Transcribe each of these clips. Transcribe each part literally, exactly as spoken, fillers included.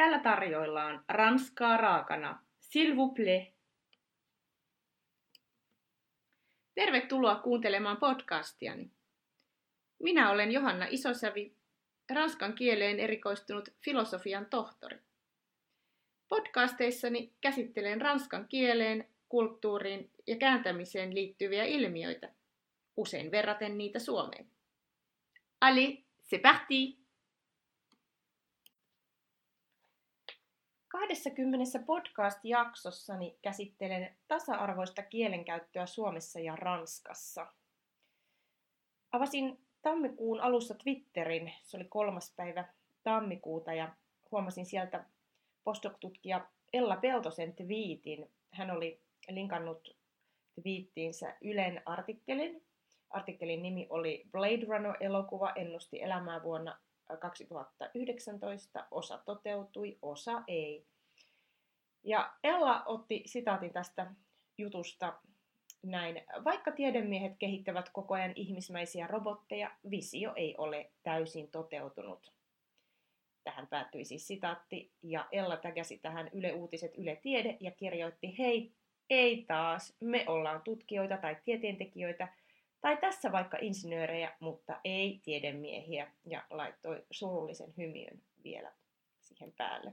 Täällä tarjoillaan ranskaa raakana. S'il vous plaît. Tervetuloa kuuntelemaan podcastiani. Minä olen Johanna Isosävi, ranskan kieleen erikoistunut filosofian tohtori. Podcasteissani käsittelen ranskan kieleen, kulttuuriin ja kääntämiseen liittyviä ilmiöitä, usein verraten niitä Suomeen. Allez, c'est parti! kahdessakymmenessä podcast-jaksossani käsittelen tasa-arvoista kielenkäyttöä Suomessa ja Ranskassa. Avasin tammikuun alussa Twitterin, se oli kolmas päivä tammikuuta, ja huomasin sieltä postdoc-tutkija Ella Peltosen twiitin. Hän oli linkannut twiittiinsä Ylen artikkelin. Artikkelin nimi oli Blade Runner-elokuva ennusti elämää vuonna kaksituhattayhdeksäntoista, osa toteutui, osa ei. Ja Ella otti sitaatin tästä jutusta näin. Vaikka tiedemiehet kehittävät koko ajan ihmismäisiä robotteja, visio ei ole täysin toteutunut. Tähän päättyi siis sitaatti, ja Ella tägäsi tähän Yle Uutiset, Yle Tiede ja kirjoitti: hei, ei taas, me ollaan tutkijoita tai tieteentekijöitä, tai tässä vaikka insinöörejä, mutta ei tiedemiehiä, ja laittoi surullisen hymiön vielä siihen päälle.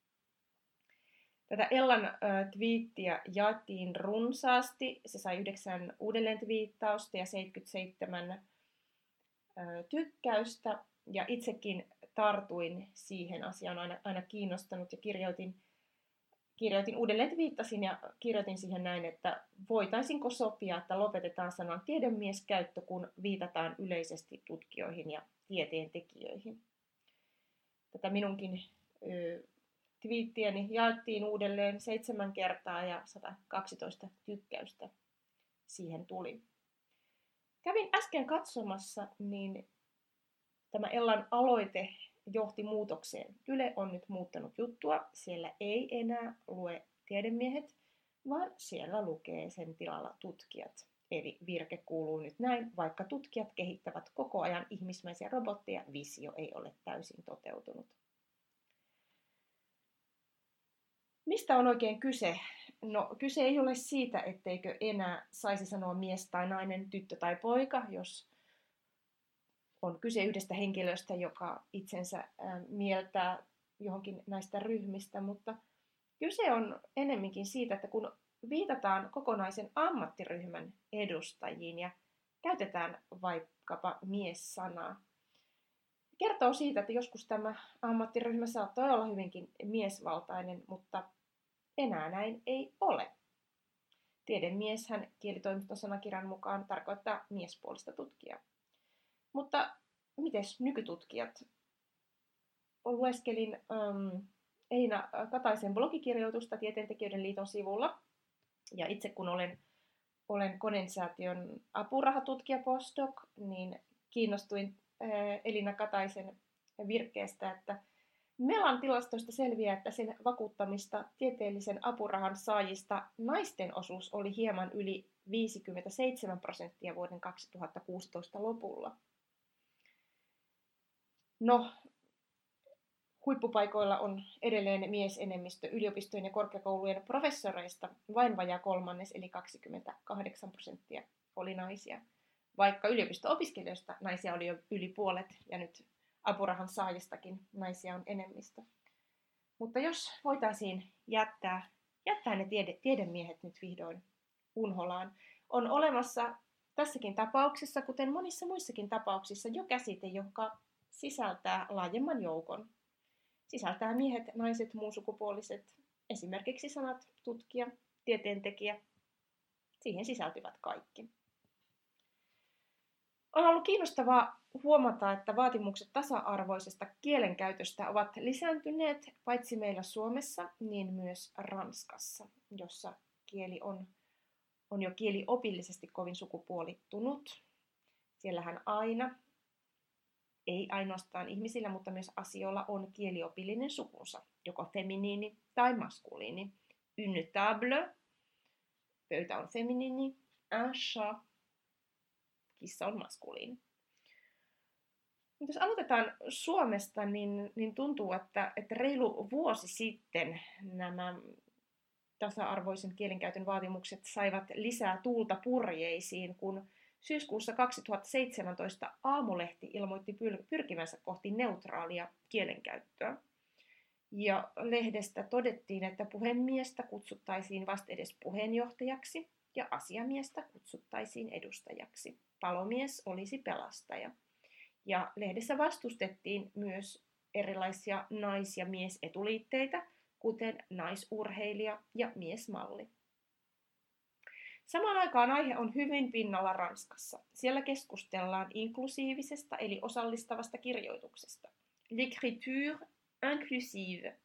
Tätä Ellan äh, twiittiä jaettiin runsaasti. Se sai yhdeksän uudelleen twiittausta ja seitsemänkymmentäseitsemän äh, tykkäystä. Ja itsekin tartuin siihen, asiaan aina, aina kiinnostanut, ja kirjoitin, kirjoitin uudelleen twiittasin ja kirjoitin siihen näin, että voitaisinko sopia, että lopetetaan sanan tiedemies käyttö, kun viitataan yleisesti tutkijoihin ja tieteentekijöihin. Tätä minunkin ö, twiittiäni jaettiin uudelleen seitsemän kertaa ja sata kaksitoista tykkäystä siihen tuli. Kävin äsken katsomassa, niin tämä Ellan aloite johti muutokseen. Yle on nyt muuttanut juttua. Siellä ei enää lue tiedemiehet, vaan siellä lukee sen tilalla tutkijat. Eli virke kuuluu nyt näin: vaikka tutkijat kehittävät koko ajan ihmismäisiä robotteja, visio ei ole täysin toteutunut. Mistä on oikein kyse? No, kyse ei ole siitä, etteikö enää saisi sanoa mies tai nainen, tyttö tai poika, jos on kyse yhdestä henkilöstä, joka itsensä mieltää johonkin näistä ryhmistä, mutta kyse on enemmänkin siitä, että kun viitataan kokonaisen ammattiryhmän edustajiin ja käytetään vaikkapa mies-sanaa, kertoo siitä, että joskus tämä ammattiryhmä saattoi olla hyvinkin miesvaltainen, mutta enää näin ei ole. Tiedemieshän kielitoimiston sanakirjan mukaan tarkoittaa miespuolista tutkijaa. Mutta mites nykytutkijat? Lueskelin ähm, Eina Kataisen blogikirjoitusta Tieteentekijöiden liiton sivulla. Ja itse kun olen, olen Koneen-säätiön apurahatutkija postdoc, niin kiinnostuin äh, Elina Kataisen virkkeestä, että Melan tilastoista selviää, että sen vakuuttamista tieteellisen apurahan saajista naisten osuus oli hieman yli viisikymmentäseitsemän prosenttia vuoden kaksituhattakuusitoista lopulla. No, huippupaikoilla on edelleen miesenemmistö. Yliopistojen ja korkeakoulujen professoreista vain vajaa kolmannes, eli kaksikymmentäkahdeksan prosenttia oli naisia. Vaikka yliopisto-opiskelijoista naisia oli jo yli puolet, ja nyt apurahan saajistakin naisia on enemmistö. Mutta jos voitaisiin jättää, jättää ne tiede, tiedemiehet nyt vihdoin unholaan, on olemassa tässäkin tapauksessa, kuten monissa muissakin tapauksissa, jo käsite, joka sisältää laajemman joukon. Sisältää miehet, naiset, muunsukupuoliset, esimerkiksi sanat tutkija, tieteentekijä. Siihen sisältyvät kaikki. On ollut kiinnostavaa huomata, että vaatimukset tasa-arvoisesta kielenkäytöstä ovat lisääntyneet paitsi meillä Suomessa, niin myös Ranskassa, jossa kieli on, on jo kieliopillisesti kovin sukupuolittunut. Siellähän aina, ei ainoastaan ihmisillä, mutta myös asioilla on kieliopillinen sukunsa, joko feminiini tai maskuliini. Une table, pöytä on feminiini, un chat, kissa on maskuliini. Jos aloitetaan Suomesta, niin, niin tuntuu, että, että reilu vuosi sitten nämä tasa-arvoisen kielenkäytön vaatimukset saivat lisää tuulta purjeisiin, kun syyskuussa kaksituhattaseitsemäntoista Aamulehti ilmoitti pyrkivänsä kohti neutraalia kielenkäyttöä. Ja lehdestä todettiin, että puhemiestä kutsuttaisiin vastedes puheenjohtajaksi ja asiamiestä kutsuttaisiin edustajaksi. Palomies olisi pelastaja. Ja lehdessä vastustettiin myös erilaisia nais- ja miesetuliitteitä, kuten naisurheilija ja miesmalli. Samaan aikaan aihe on hyvin pinnalla Ranskassa. Siellä keskustellaan inklusiivisesta eli osallistavasta kirjoituksesta. L'écriture inclusive.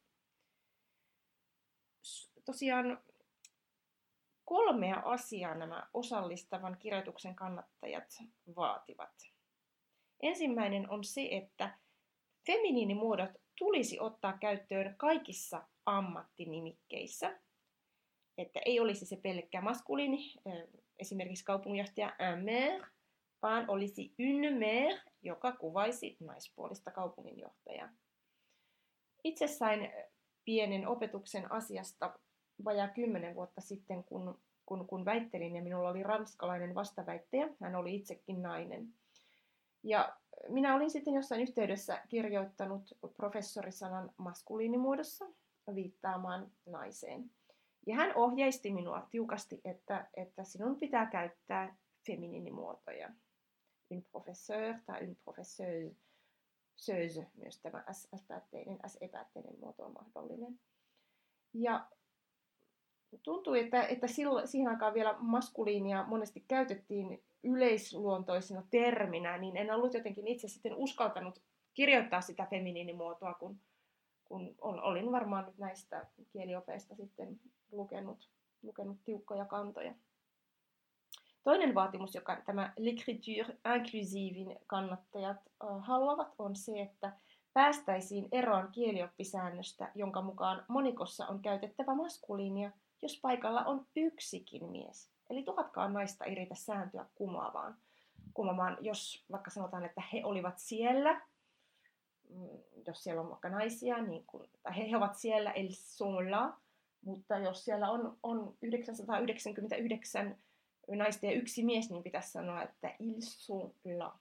Tosiaan kolmea asiaa nämä osallistavan kirjoituksen kannattajat vaativat. Ensimmäinen on se, että feminiinimuodot tulisi ottaa käyttöön kaikissa ammattinimikkeissä. Että ei olisi se pelkkä maskuliini, esimerkiksi kaupunginjohtaja un maire, vaan olisi une maire, joka kuvaisi naispuolista kaupunginjohtajaa. Itse sain pienen opetuksen asiasta vajaa kymmenen vuotta sitten, kun, kun, kun väittelin, ja minulla oli ranskalainen vastaväittäjä, hän oli itsekin nainen. Ja minä olin sitten jossain yhteydessä kirjoittanut professorisanan maskuliinimuodossa viittaamaan naiseen. Ja hän ohjeisti minua tiukasti, että, että sinun pitää käyttää feminiinimuotoja. Une professeur tai une professeuse. Söösö, myös tämä S-päätteinen, S-epätteinen muoto on mahdollinen. Ja tuntui, että, että silloin, siihen aikaan vielä maskuliinia monesti käytettiin yleisluontoisena terminä, niin en ollut jotenkin itse sitten uskaltanut kirjoittaa sitä feminiinimuotoa, kun, kun olin varmaan nyt näistä kieliopeista sitten lukenut, lukenut tiukkoja kantoja. Toinen vaatimus, joka tämä l'écriture inclusivein kannattajat haluavat, on se, että päästäisiin eroon kielioppisäännöstä, jonka mukaan monikossa on käytettävä maskuliinia, jos paikalla on yksikin mies. Eli tuhatkaan naista ei riitä sääntöä kumoamaan. kumoamaan. Jos vaikka sanotaan, että he olivat siellä, jos siellä on vaikka naisia, niin kun, tai he, he ovat siellä, elles sont là, mutta jos siellä on, on yhdeksänsataayhdeksänkymmentäyhdeksän naista ja yksi mies, niin pitäisi sanoa, että ils sont là.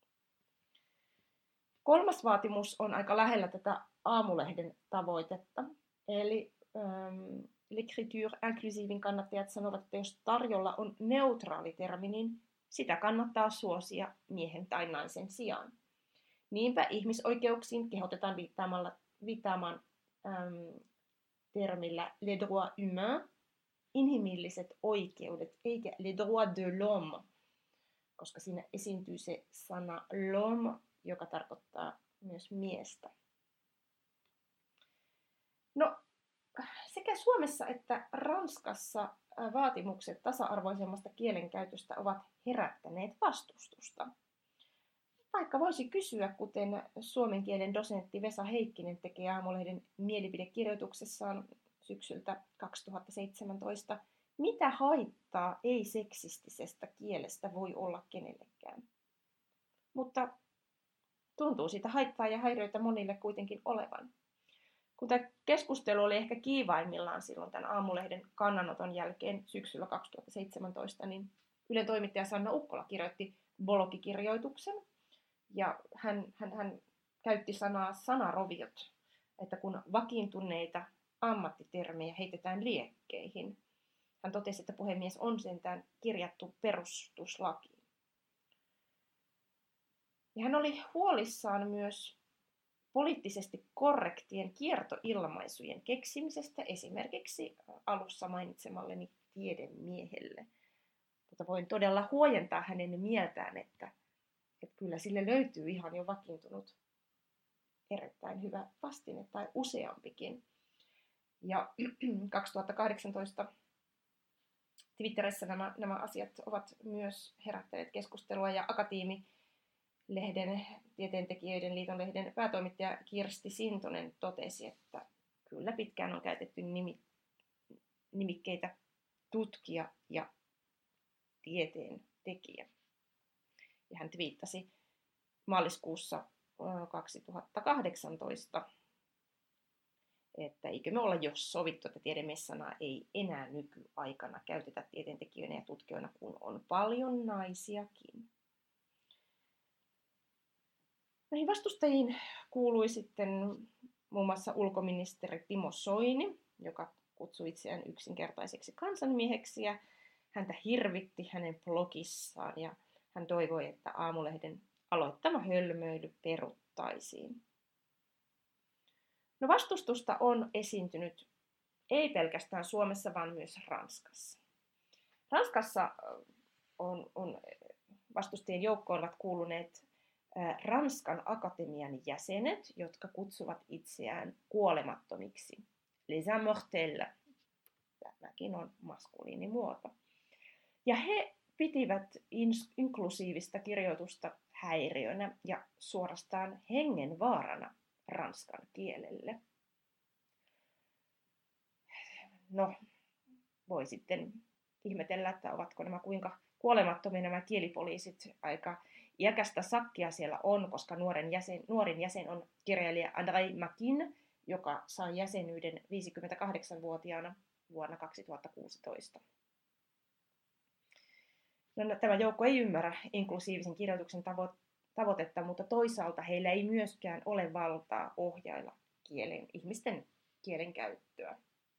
Kolmas vaatimus on aika lähellä tätä Aamulehden tavoitetta. Eli ähm, l'écriture inclusivein kannattajat sanovat, että jos tarjolla on neutraali termi, niin sitä kannattaa suosia miehen tai naisen sijaan. Niinpä ihmisoikeuksiin kehotetaan viittaamaan ähm, termillä les droits humains, inhimilliset oikeudet, eikä les droits de l'homme, koska siinä esiintyy se sana l'homme, joka tarkoittaa myös miestä. No, sekä Suomessa että Ranskassa vaatimukset tasa-arvoisemmasta kielenkäytöstä ovat herättäneet vastustusta. Vaikka voisi kysyä, kuten suomen kielen dosentti Vesa Heikkinen tekee Aamulehden mielipidekirjoituksessaan syksyltä kaksituhattaseitsemäntoista, mitä haittaa ei-seksistisestä kielestä voi olla kenellekään. Mutta tuntuu siitä haittaa ja häiriöitä monille kuitenkin olevan. Kun tämä keskustelu oli ehkä kiivaimmillaan silloin tämän Aamulehden kannanoton jälkeen syksyllä kaksituhattaseitsemäntoista, niin Ylen toimittaja Sanna Ukkola kirjoitti blogikirjoituksen. Ja hän, hän, hän käytti sanaa sanaroviot, että kun vakiintuneita ammattitermejä heitetään liekkeihin. Hän totesi, että puhemies on sentään kirjattu perustuslakiin. Ja hän oli huolissaan myös poliittisesti korrektien kiertoilmaisujen keksimisestä esimerkiksi alussa mainitsemalleni tiedemiehelle. Mutta voin todella huojentaa hänen mieltään, että, että kyllä sille löytyy ihan jo vakiintunut erittäin hyvä vastine tai useampikin. Ja kaksituhattakahdeksantoista Twitterissä nämä, nämä asiat ovat myös herättäneet keskustelua ja Akatiimi-lehden, Tieteentekijöiden liiton lehden päätoimittaja Kirsti Sintonen totesi, että kyllä pitkään on käytetty nimi, nimikkeitä tutkija ja tieteentekijä. Ja hän twiittasi maaliskuussa kaksituhattakahdeksantoista, että eikö me olla jo sovittu, että tiedemies-sanaa ei enää nykyaikana käytetä tieteentekijöinä ja tutkijoina, kun on paljon naisiakin. Näihin vastustajiin kuului sitten muun muassa ulkoministeri Timo Soini, joka kutsui itseään yksinkertaiseksi kansanmieheksi ja häntä hirvitti hänen blogissaan ja hän toivoi, että Aamulehden aloittama hölmöily peruttaisiin. No vastustusta on esiintynyt ei pelkästään Suomessa, vaan myös Ranskassa. Ranskassa on, on vastustajien joukkoon ovat kuuluneet Ranskan akatemian jäsenet, jotka kutsuvat itseään kuolemattomiksi. Les immortels. Tämäkin on maskuliinimuoto. Ja he pitivät inklusiivista kirjoitusta häiriönä ja suorastaan hengenvaarana ranskan kielelle. No, voi sitten ihmetellä, että ovatko nämä kuinka kuolemattomia nämä kielipoliisit. Aika iäkästä sakkia siellä on, koska nuoren jäsen, nuorin jäsen on kirjailija André Makin, joka sai jäsenyyden viisikymmentäkahdeksanvuotiaana vuonna kaksituhattakuusitoista. No, tämä joukko ei ymmärrä inklusiivisen kirjoituksen tavo- tavoitetta, mutta toisaalta heillä ei myöskään ole valtaa ohjailla kielen, ihmisten kielenkäyttöä.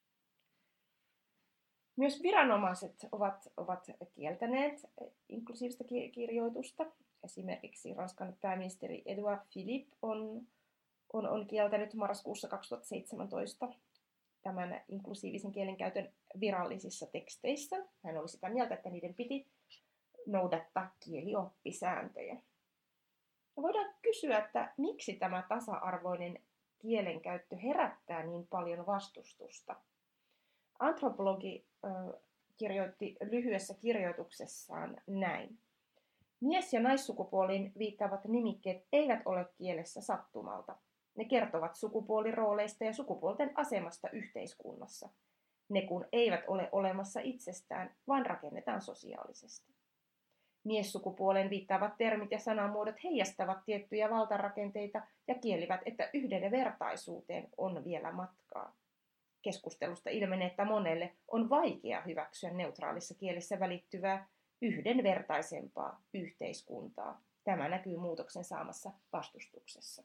Myös viranomaiset ovat, ovat kieltäneet inklusiivista kirjoitusta. Esimerkiksi Ranskan pääministeri Edouard Philippe on, on, on kieltänyt marraskuussa kaksituhattaseitsemäntoista tämän inklusiivisen kielenkäytön virallisissa teksteissä. Hän oli sitä mieltä, että niiden piti noudattaa kielioppisääntöjä. Ja voidaan kysyä, että miksi tämä tasa-arvoinen kielenkäyttö herättää niin paljon vastustusta. Antropologi äh, kirjoitti lyhyessä kirjoituksessaan näin. Mies- ja naissukupuoliin viittaavat nimikkeet eivät ole kielessä sattumalta. Ne kertovat sukupuolirooleista ja sukupuolten asemasta yhteiskunnassa. Ne kun eivät ole olemassa itsestään, vaan rakennetaan sosiaalisesti. Miessukupuoleen viittaavat termit ja sanamuodot heijastavat tiettyjä valtarakenteita ja kielivät, että yhdenvertaisuuteen on vielä matkaa. Keskustelusta ilmenee, että monelle on vaikea hyväksyä neutraalissa kielessä välittyvää yhdenvertaisempaa yhteiskuntaa. Tämä näkyy muutoksen saamassa vastustuksessa.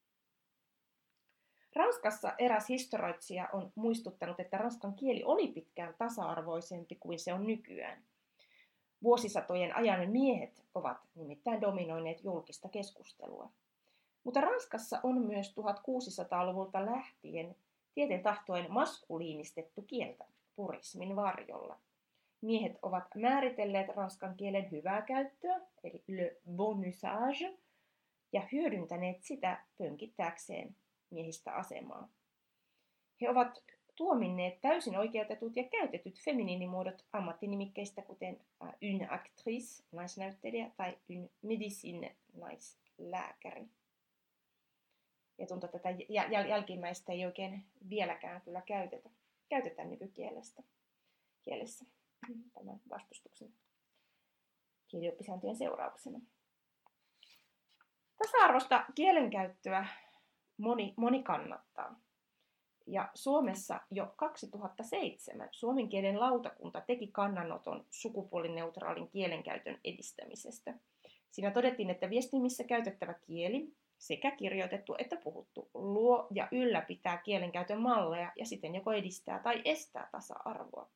Ranskassa eräs historioitsija on muistuttanut, että ranskan kieli oli pitkään tasa-arvoisempi kuin se on nykyään. Vuosisatojen ajan miehet ovat nimittäin dominoineet julkista keskustelua. Mutta Ranskassa on myös tuhatkuusisataaluvulta lähtien tieten tahtoen maskuliinistettu kieltä purismin varjolla. Miehet ovat määritelleet ranskan kielen hyvää käyttöä, eli le bon usage, ja hyödyntäneet sitä pönkittääkseen miehistä asemaa. He ovat tuominneet täysin oikeutetut ja käytetyt feminiinimuodot ammattinimikkeistä, kuten une actrice, naisnäyttelijä, tai une médecine, naislääkäri. Ja tuntuu, että tätä jäl- jälkimmäistä ei oikein vieläkään kyllä käytetä, käytetä nykykielestä kielessä tämän vastustuksen kielioppisääntöjen seurauksena. Tasa-arvoista kielenkäyttöä moni, moni kannattaa. Ja Suomessa jo kaksituhattaseitsemän suomen kielen lautakunta teki kannanoton sukupuolineutraalin kielenkäytön edistämisestä. Siinä todettiin, että viestimissä käytettävä kieli, sekä kirjoitettu että puhuttu, luo ja ylläpitää kielenkäytön malleja ja siten joko edistää tai estää tasa-arvoa.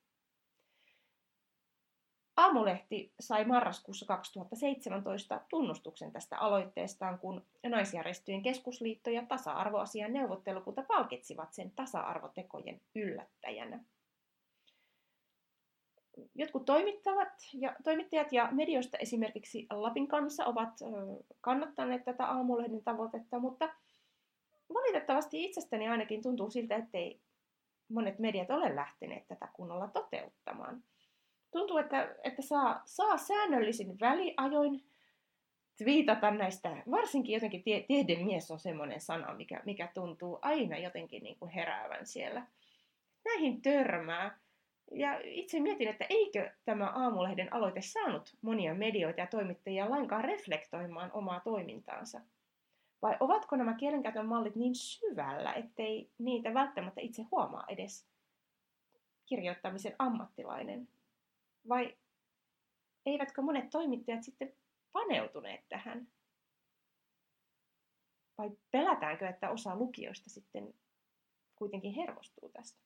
Aamulehti sai marraskuussa kaksituhattaseitsemäntoista tunnustuksen tästä aloitteestaan, kun naisjärjestöjen keskusliitto ja tasa-arvoasian neuvottelukunta palkitsivat sen tasa-arvotekojen yllättäjänä. Jotkut toimittavat ja, toimittajat ja medioista esimerkiksi Lapin Kansa ovat kannattaneet tätä Aamulehden tavoitetta, mutta valitettavasti itsestäni ainakin tuntuu siltä, ettei monet mediat ole lähteneet tätä kunnolla toteuttamaan. Tuntuu, että, että saa, saa säännöllisin väliajoin twiitata näistä, varsinkin jotenkin tie, tiedemies on semmoinen sana, mikä, mikä tuntuu aina jotenkin niin kuin heräävän siellä. Näihin törmää. Ja itse mietin, että eikö tämä Aamulehden aloite saanut monia medioita ja toimittajia lainkaan reflektoimaan omaa toimintaansa. Vai ovatko nämä kielenkäytön mallit niin syvällä, ettei niitä välttämättä itse huomaa edes kirjoittamisen ammattilainen? Vai eivätkö monet toimittajat sitten paneutuneet tähän? Vai pelätäänkö, että osa lukijoista sitten kuitenkin hermostuu tästä?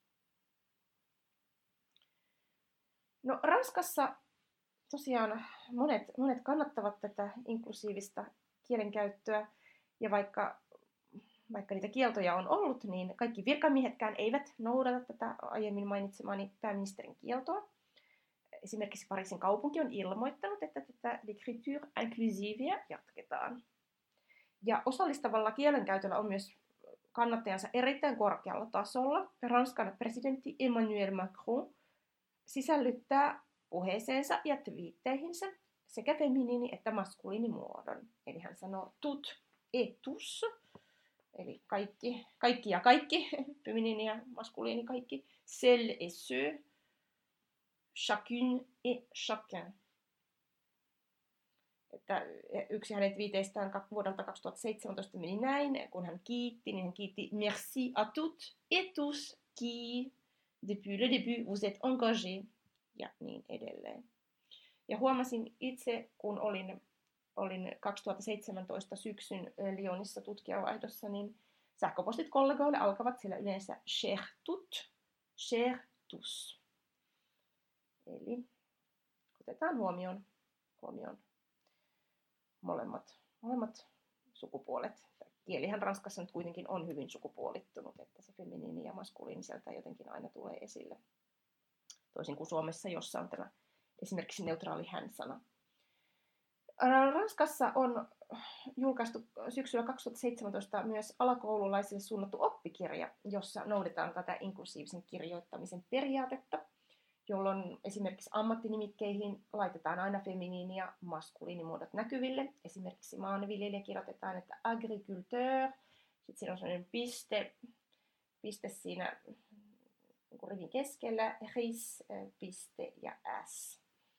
No Ranskassa tosiaan monet, monet kannattavat tätä inklusiivista kielenkäyttöä, ja vaikka, vaikka niitä kieltoja on ollut, niin kaikki virkamiehetkään eivät noudata tätä aiemmin mainitsemani pääministerin kieltoa. Esimerkiksi Pariisin kaupunki on ilmoittanut, että tätä l'écriture inclusive jatketaan. Ja osallistavalla kielenkäytöllä on myös kannattajansa erittäin korkealla tasolla. Ranskan presidentti Emmanuel Macron sisällyttää puheeseensa ja twiitteihinsä sekä feminiini- että maskuliinimuodon. Eli hän sanoo tout et tous, eli kaikki, kaikki ja kaikki, feminiini ja maskuliini kaikki, celles et ceux, chacune et chacun. Että yksi hänen twiiteistään vuodelta kaksituhattaseitsemäntoista meni näin, kun hän kiitti, niin hän kiitti merci à toutes et tous qui depuis le début vous êtes engagés ja niin edelleen. Ja huomasin itse, kun olin, olin kaksituhattaseitsemäntoista syksyn Lyonissa tutkijavaihdossa, niin sähköpostit kollegoille alkavat siellä yleensä cher tout, cher tous. Eli otetaan huomioon, huomioon molemmat, molemmat sukupuolet. Kielihän Ranskassa nyt kuitenkin on hyvin sukupuolittunut, että se feminiini ja maskuliini sieltä jotenkin aina tulee esille. Toisin kuin Suomessa, jossa on tämä esimerkiksi neutraali hän-sana. Ranskassa on julkaistu syksyllä kaksituhattaseitsemäntoista myös alakoululaisille suunnattu oppikirja, jossa noudatetaan tätä inklusiivisen kirjoittamisen periaatetta, jolloin esimerkiksi ammattinimikkeihin laitetaan aina feminiini- ja maskuliinimuodot näkyville. Esimerkiksi maanviljelijä kirjoitetaan, että agriculteur, sitten siinä on sellainen piste, piste siinä niin rivin keskellä, ris, piste ja s.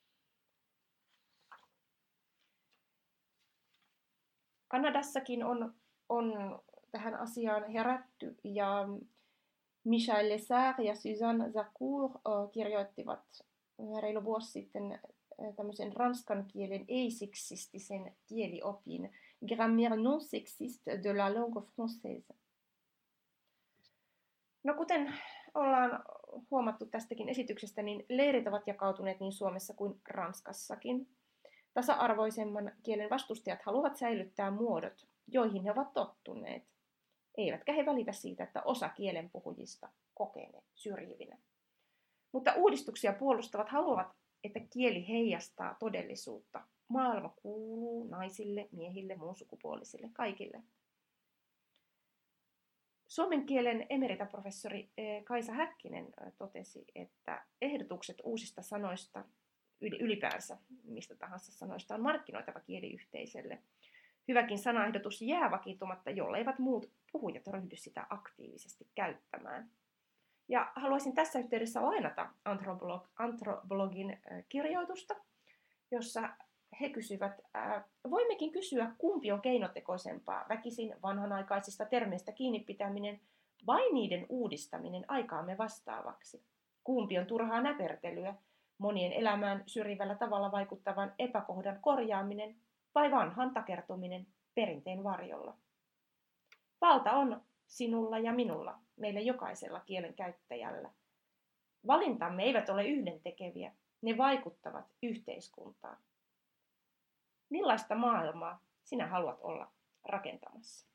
Kanadassakin on, on tähän asiaan herätty ja Michel Lessard ja Suzanne Zacour kirjoittivat reilu vuosi sitten tämmöisen ranskan kielen ei-seksistisen kieliopin Grammaire non sexiste de la langue française. No kuten ollaan huomattu tästäkin esityksestä, niin leirit ovat jakautuneet niin Suomessa kuin Ranskassakin. Tasa-arvoisemman kielen vastustajat haluavat säilyttää muodot, joihin he ovat tottuneet. Eivätkä he välitä siitä, että osa kielenpuhujista kokee ne syrjivinä. Mutta uudistuksia puolustavat haluavat, että kieli heijastaa todellisuutta. Maailma kuuluu naisille, miehille, muunsukupuolisille, kaikille. Suomen kielen emeritaprofessori Kaisa Häkkinen totesi, että ehdotukset uusista sanoista, ylipäänsä mistä tahansa sanoista, on markkinoitava kieliyhteisölle. Hyväkin sanaehdotus jää vakiintumatta, jolleivät muut puhujat ryhdy sitä aktiivisesti käyttämään. Ja haluaisin tässä yhteydessä lainata Anthroblog, Anthroblogin kirjoitusta, jossa he kysyvät, ää, voimmekin kysyä, kumpi on keinotekoisempaa, väkisin vanhanaikaisista termeistä kiinni pitäminen vai niiden uudistaminen aikaamme vastaavaksi. Kumpi on turhaa näpertelyä, monien elämään syrjivällä tavalla vaikuttavan epäkohdan korjaaminen vai vanhan takertuminen perinteen varjolla. Valta on sinulla ja minulla, meillä jokaisella kielen käyttäjällä. Valintamme eivät ole yhdentekeviä, ne vaikuttavat yhteiskuntaan. Millaista maailmaa sinä haluat olla rakentamassa?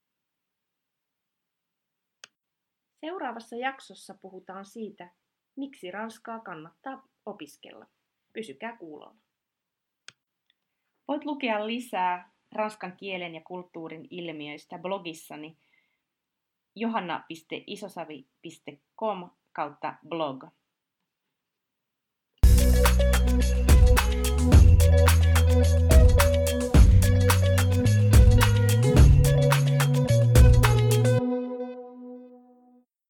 Seuraavassa jaksossa puhutaan siitä, miksi ranskaa kannattaa opiskella. Pysykää kuulolla. Voit lukea lisää ranskan kielen ja kulttuurin ilmiöistä blogissani johanna piste isosavi piste com kautta blog. Thank you.